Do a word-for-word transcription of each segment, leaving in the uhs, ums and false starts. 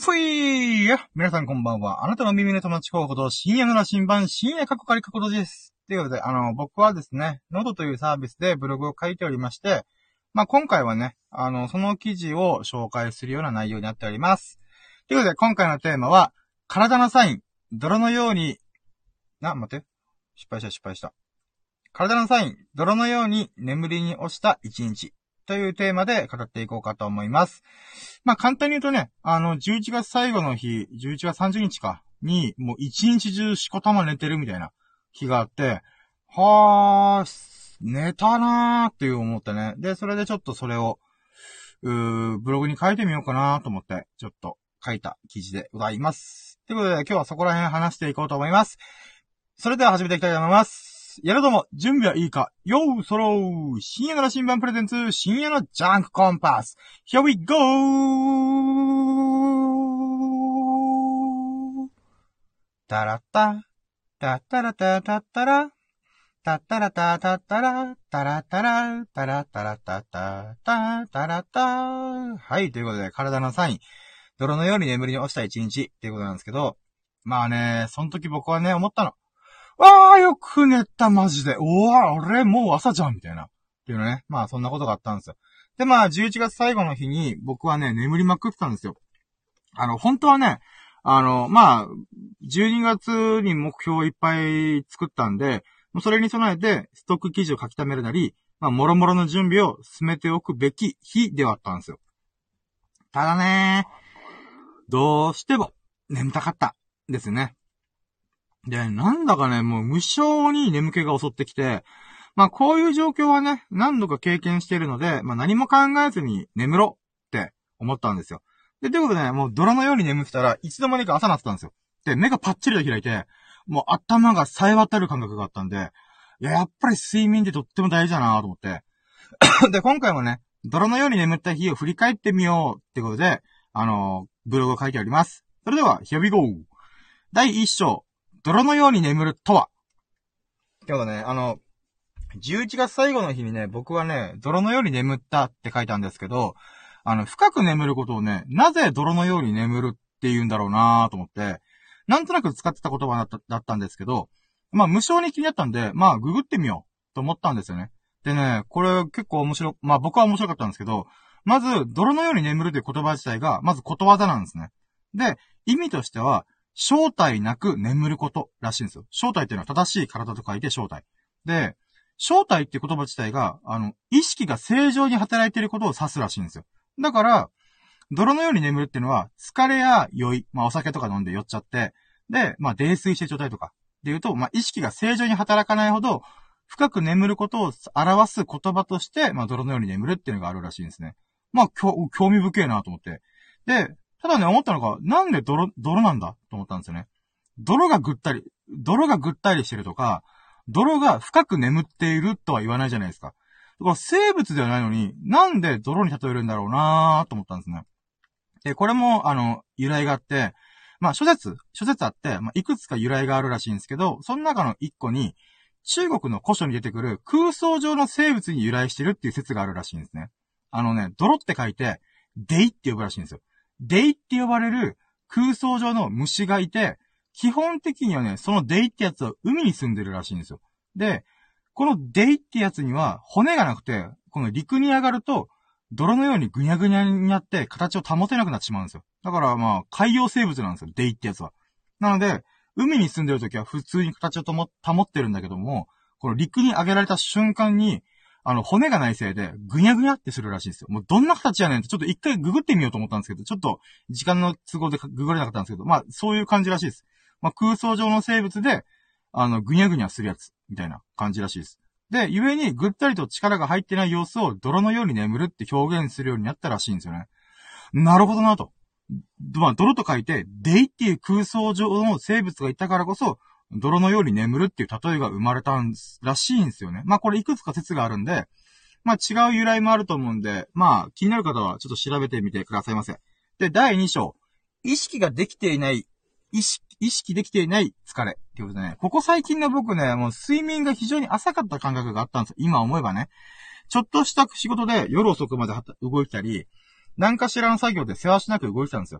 ふいー皆さんこんばんは。あなたの耳の友達候補と深夜の羅針盤、深夜過去仮過去です。ということで、あの、僕はですね、ノートというサービスでブログを書いておりまして、まあ、今回はね、あの、その記事を紹介するような内容になっております。ということで、今回のテーマは、体のサイン、泥のように、な、待って、失敗した失敗した。体のサイン、泥のように眠りに落ちた一日。というテーマで語っていこうかと思います。まあ簡単に言うとね、あの、じゅういちがつ最後の日、じゅういちがつさんじゅうにちか、に、もう一日中しこたま寝てるみたいな日があって、はー、寝たなーっていう思ってね。で、それでちょっとそれを、うー、ブログに書いてみようかなと思って、ちょっと書いた記事でございます。ということで今日はそこら辺話していこうと思います。それでは始めていきたいと思います。やるども、準備はいいかよーそろー深夜の羅針盤プレゼンツ、深夜のジャンクコンパス Here we go! タラッタ、タッタラタタッタラ、タッタラタタッタラ、タラタラ、タラタラタタタ、タラタ。はい、ということで、体のサイン、泥のように眠りに落ちた一日っていうことなんですけど、まあね、その時僕はね、思ったの。わーよく寝たマジで。おわ俺もう朝じゃんみたいな。っていうのね。まあそんなことがあったんですよ。でまあじゅういちがつ最後の日に僕はね、眠りまくってたんですよ。あの、本当はね、あの、まあ、じゅうにがつに目標をいっぱい作ったんで、もうそれに備えてストック記事を書き溜めるなり、まあ、もろもろの準備を進めておくべき日ではあったんですよ。ただね、どうしても眠たかったですね。で、なんだかね、もう無性に眠気が襲ってきて、まあこういう状況はね、何度か経験しているので、まあ何も考えずに眠ろって思ったんですよ。で、ということでね、もう泥のように眠ってたらいつの間にか朝になってたんですよ。で、目がパッチリと開いて、もう頭が冴え渡る感覚があったんで、いや、やっぱり睡眠ってとっても大事だなと思って。で、今回もね、泥のように眠った日を振り返ってみようってことで、あのー、ブログを書いてあります。それでは、Here we go! だいいっ章。泥のように眠るとはってことね、あの、じゅういちがつ最後の日にね、僕はね、泥のように眠ったって書いたんですけど、あの、深く眠ることをね、なぜ泥のように眠るって言うんだろうなーと思って、なんとなく使ってた言葉だった、だったんですけど、まあ、無性に気になったんで、まあ、ググってみようと思ったんですよね。でね、これ結構面白、まあ僕は面白かったんですけど、まず、泥のように眠るという言葉自体が、まずことわざなんですね。で、意味としては、正体なく眠ることらしいんですよ。正体っていうのは正しい体と書いて正体。で、正体っていう言葉自体が、あの、意識が正常に働いていることを指すらしいんですよ。だから、泥のように眠るっていうのは、疲れや酔い、まあお酒とか飲んで酔っちゃって、で、まあ泥酔してる状態とか、で言うと、まあ意識が正常に働かないほど、深く眠ることを表す言葉として、まあ泥のように眠るっていうのがあるらしいんですね。まあ、興味深いなと思って。で、ただね、思ったのが、なんで泥、泥なんだと思ったんですよね。泥がぐったり、泥がぐったりしてるとか、泥が深く眠っているとは言わないじゃないですか。だから生物ではないのに、なんで泥に例えるんだろうなーと思ったんですね。で、これも、あの、由来があって、まあ、諸説、諸説あって、まあ、いくつか由来があるらしいんですけど、その中の一個に、中国の古書に出てくる空想上の生物に由来してるっていう説があるらしいんですね。あのね、泥って書いて、デイって呼ぶらしいんですよ。デイって呼ばれる空想上の虫がいて、基本的にはね、そのデイってやつは海に住んでるらしいんですよ。で、このデイってやつには骨がなくて、この陸に上がると、泥のようにぐにゃぐにゃになって形を保てなくなってしまうんですよ。だからまあ、海洋生物なんですよ、デイってやつは。なので、海に住んでるときは普通に形を保ってるんだけども、この陸に上げられた瞬間に、あの、骨がないせいで、ぐにゃぐにゃってするらしいんですよ。もうどんな形やねんって、ちょっと一回ググってみようと思ったんですけど、ちょっと時間の都合でググれなかったんですけど、まあ、そういう感じらしいです。まあ、空想上の生物で、あの、ぐにゃぐにゃするやつ、みたいな感じらしいです。で、故にぐったりと力が入ってない様子を泥のように眠るって表現するようになったらしいんですよね。なるほどなと。まあ、泥と書いて、デイっていう空想上の生物がいたからこそ、泥のように眠るっていう例えが生まれたんらしいんですよね。まあこれいくつか説があるんで、まあ違う由来もあると思うんで、まあ気になる方はちょっと調べてみてくださいませ。で、だいに章。意識ができていない、意識、意識できていない疲れ。っていうことでね、ここ最近の僕ね、もう睡眠が非常に浅かった感覚があったんですよ。今思えばね。ちょっとした仕事で夜遅くまで動いたり、何かしらの作業で世話しなく動いてたんですよ。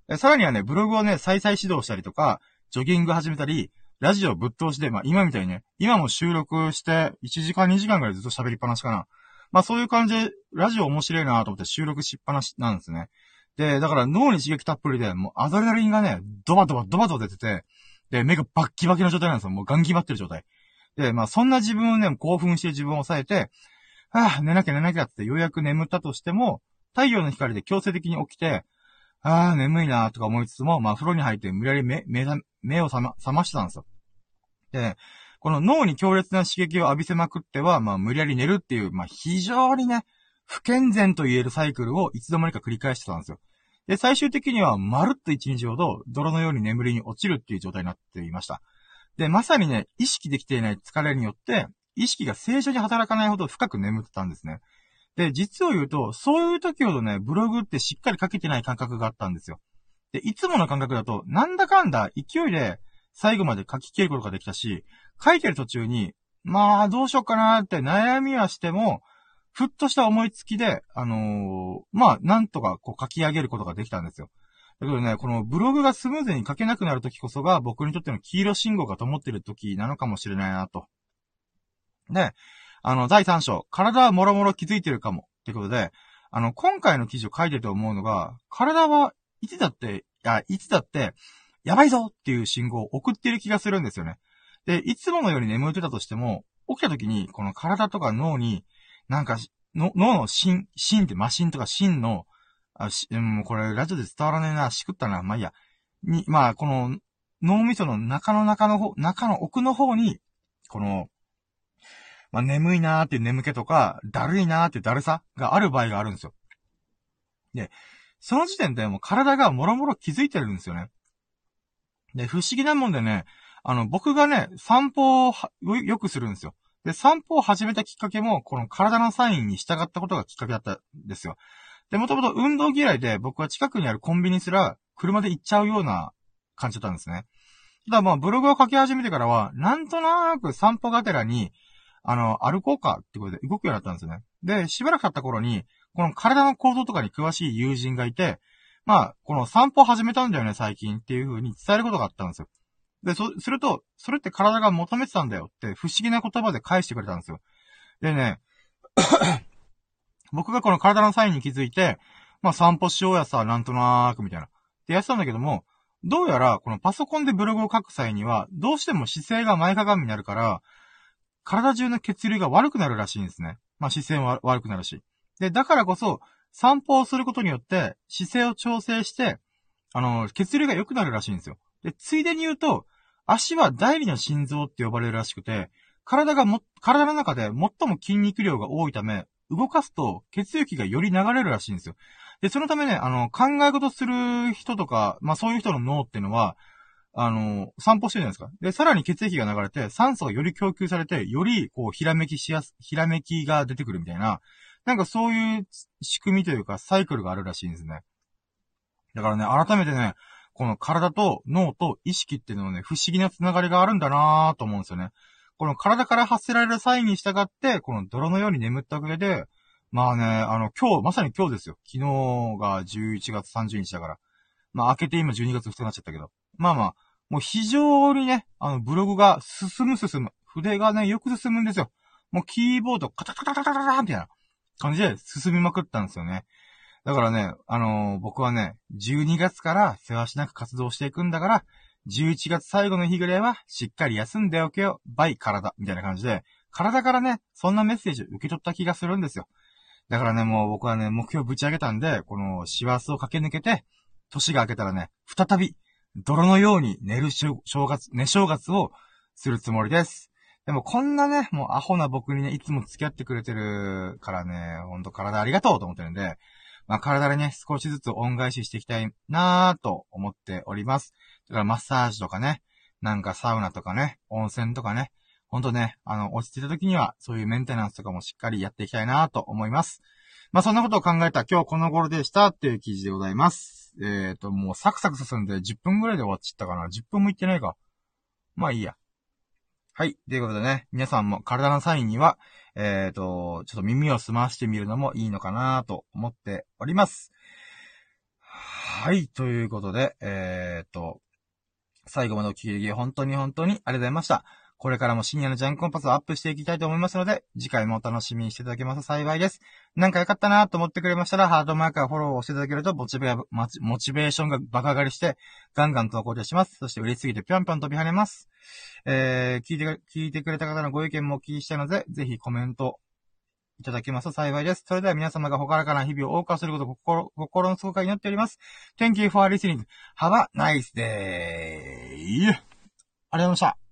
でさらにはね、ブログをね、再々指導したりとか、ジョギング始めたり、ラジオぶっ通しで、まあ今みたいにね、今も収録して、いちじかんにじかんぐらいずっと喋りっぱなしかな。まあそういう感じで、ラジオ面白いなと思って収録しっぱなしなんですね。で、だから脳に刺激たっぷりで、もうアドレナリンがね、ドバドバドバドバ出てて、で、目がバッキバキの状態なんですよ。もうガン決まってる状態。で、まあそんな自分をね、興奮して自分を抑えて、はぁ、寝なきゃ寝なきゃってようやく眠ったとしても、太陽の光で強制的に起きて、あー、眠いなーとか思いつつも、まあ風呂に入って無理やり目、目だ、目を覚ま、覚ましてたんですよ。で、この脳に強烈な刺激を浴びせまくっては、まあ無理やり寝るっていう、まあ非常にね、不健全と言えるサイクルをいつの間にか繰り返してたんですよ。で、最終的にはまるっと一日ほど泥のように眠りに落ちるっていう状態になっていました。で、まさにね、意識できていない疲れによって、意識が正常に働かないほど深く眠ってたんですね。で、実を言うと、そういう時ほどね、ブログってしっかり書けてない感覚があったんですよ。で、いつもの感覚だと、なんだかんだ勢いで最後まで書き切ることができたし、書いてる途中に、まあ、どうしようかなって悩みはしても、ふっとした思いつきで、あのー、まあ、なんとかこう書き上げることができたんですよ。だけどね、このブログがスムーズに書けなくなる時こそが僕にとっての黄色信号が灯ってる時なのかもしれないなと。で、あの、だいさん章、体はもろもろ気づいてるかも。ってことで、あの、今回の記事を書いてると思うのが、体はいつだって、いや、いつだって、やばいぞっていう信号を送っている気がするんですよね。で、いつものように眠ってたとしても、起きた時に、この体とか脳に、なんか、の脳の芯、芯ってマシンとか芯の、あ、し、うん、これラジオで伝わらねえな、しくったな、まあいいや。に、まあ、この、脳みその中の中の方、中の奥の方に、この、まあ、眠いなーっていう眠気とか、だるいなーっていうだるさがある場合があるんですよ。で、その時点でもう体がもろもろ気づいてるんですよね。で、不思議なもんでね、あの、僕がね、散歩をよくするんですよ。で、散歩を始めたきっかけも、この体のサインに従ったことがきっかけだったんですよ。で、もともと運動嫌いで、僕は近くにあるコンビニすら、車で行っちゃうような感じだったんですね。ただまあ、ブログを書き始めてからは、なんとなく散歩がてらに、あの、歩こうかってことで動くようになったんですよね。で、しばらく経った頃に、この体の構造とかに詳しい友人がいて、まあ、この散歩始めたんだよね、最近っていう風に伝えることがあったんですよ。で、そ、すると、それって体が求めてたんだよって不思議な言葉で返してくれたんですよ。でね、僕がこの体のサインに気づいて、まあ散歩しようやさ、なんとなーくみたいな。ってやってたんだけども、どうやらこのパソコンでブログを書く際には、どうしても姿勢が前かがみになるから、体中の血流が悪くなるらしいんですね。まあ姿勢も悪くなるし。で、だからこそ、散歩をすることによって、姿勢を調整して、あの、血流が良くなるらしいんですよ。で、ついでに言うと、足は第二の心臓って呼ばれるらしくて、体がも、体の中で最も筋肉量が多いため、動かすと血液がより流れるらしいんですよ。で、そのためね、あの、考え事する人とか、まあそういう人の脳っていうのは、あの、散歩してるじゃないですか。で、さらに血液が流れて、酸素がより供給されて、より、こう、ひらめきしやす、ひらめきが出てくるみたいな、なんかそういう仕組みというか、サイクルがあるらしいんですね。だからね、改めてね、この体と脳と意識っていうのはね、不思議なつながりがあるんだなぁと思うんですよね。この体から発せられるサインに従って、この泥のように眠ったおかげで、まあね、あの、今日、まさに今日ですよ。昨日がじゅういちがつさんじゅうにちだから。まあ、明けて今じゅうにがつふつかになっちゃったけど。まあまあ、もう非常にね、あの、ブログが進む進む。筆がね、よく進むんですよ。もうキーボードカタカタカタカタみたいな感じで進みまくったんですよね。だからね、あのー、僕はね、じゅうにがつから世話しなく活動していくんだから、じゅういちがつ最後の日ぐらいはしっかり休んでおけよ、バイ体、みたいな感じで、体からね、そんなメッセージを受け取った気がするんですよ。だからね、もう僕はね、目標ぶち上げたんで、この師走を駆け抜けて、年が明けたらね、再び、泥のように寝る正月、寝正月をするつもりです。でもこんなね、もうアホな僕にね、いつも付き合ってくれてるからね、ほんと体ありがとうと思ってるんで、まあ体でね、少しずつ恩返ししていきたいなぁと思っております。だからマッサージとかね、なんかサウナとかね、温泉とかね、ほんとね、あの、落ち着いた時には、そういうメンテナンスとかもしっかりやっていきたいなと思います。まあ、そんなことを考えた今日この頃でしたっていう記事でございます。えっと、もうサクサク進んでじゅっぷんぐらいで終わっちゃったかな。じゅっぷんもいってないか。まあいいや。はい。ということでね、皆さんも体のサインには、えっと、ちょっと耳を澄ましてみるのもいいのかなと思っております。はい。 はい、ということで、えーっと、最後までお聞きで本当に本当にありがとうございました。これからも深夜のジャンクコンパスをアップしていきたいと思いますので、次回もお楽しみにしていただけますと幸いです。なんか良かったなと思ってくれましたら、ハートマークやフォローをしていただけるとモチベー、モチベーションが爆上がりして、ガンガン投稿します。そして嬉しすぎてぴょんぴょん飛び跳ねます。えー、聞いて、聞いてくれた方のご意見もお聞きしたいので、ぜひコメントいただけますと幸いです。それでは皆様がほからかな日々を謳歌することを心、心の底から祈っております。Thank you for listening. Have a nice day. ありがとうございました。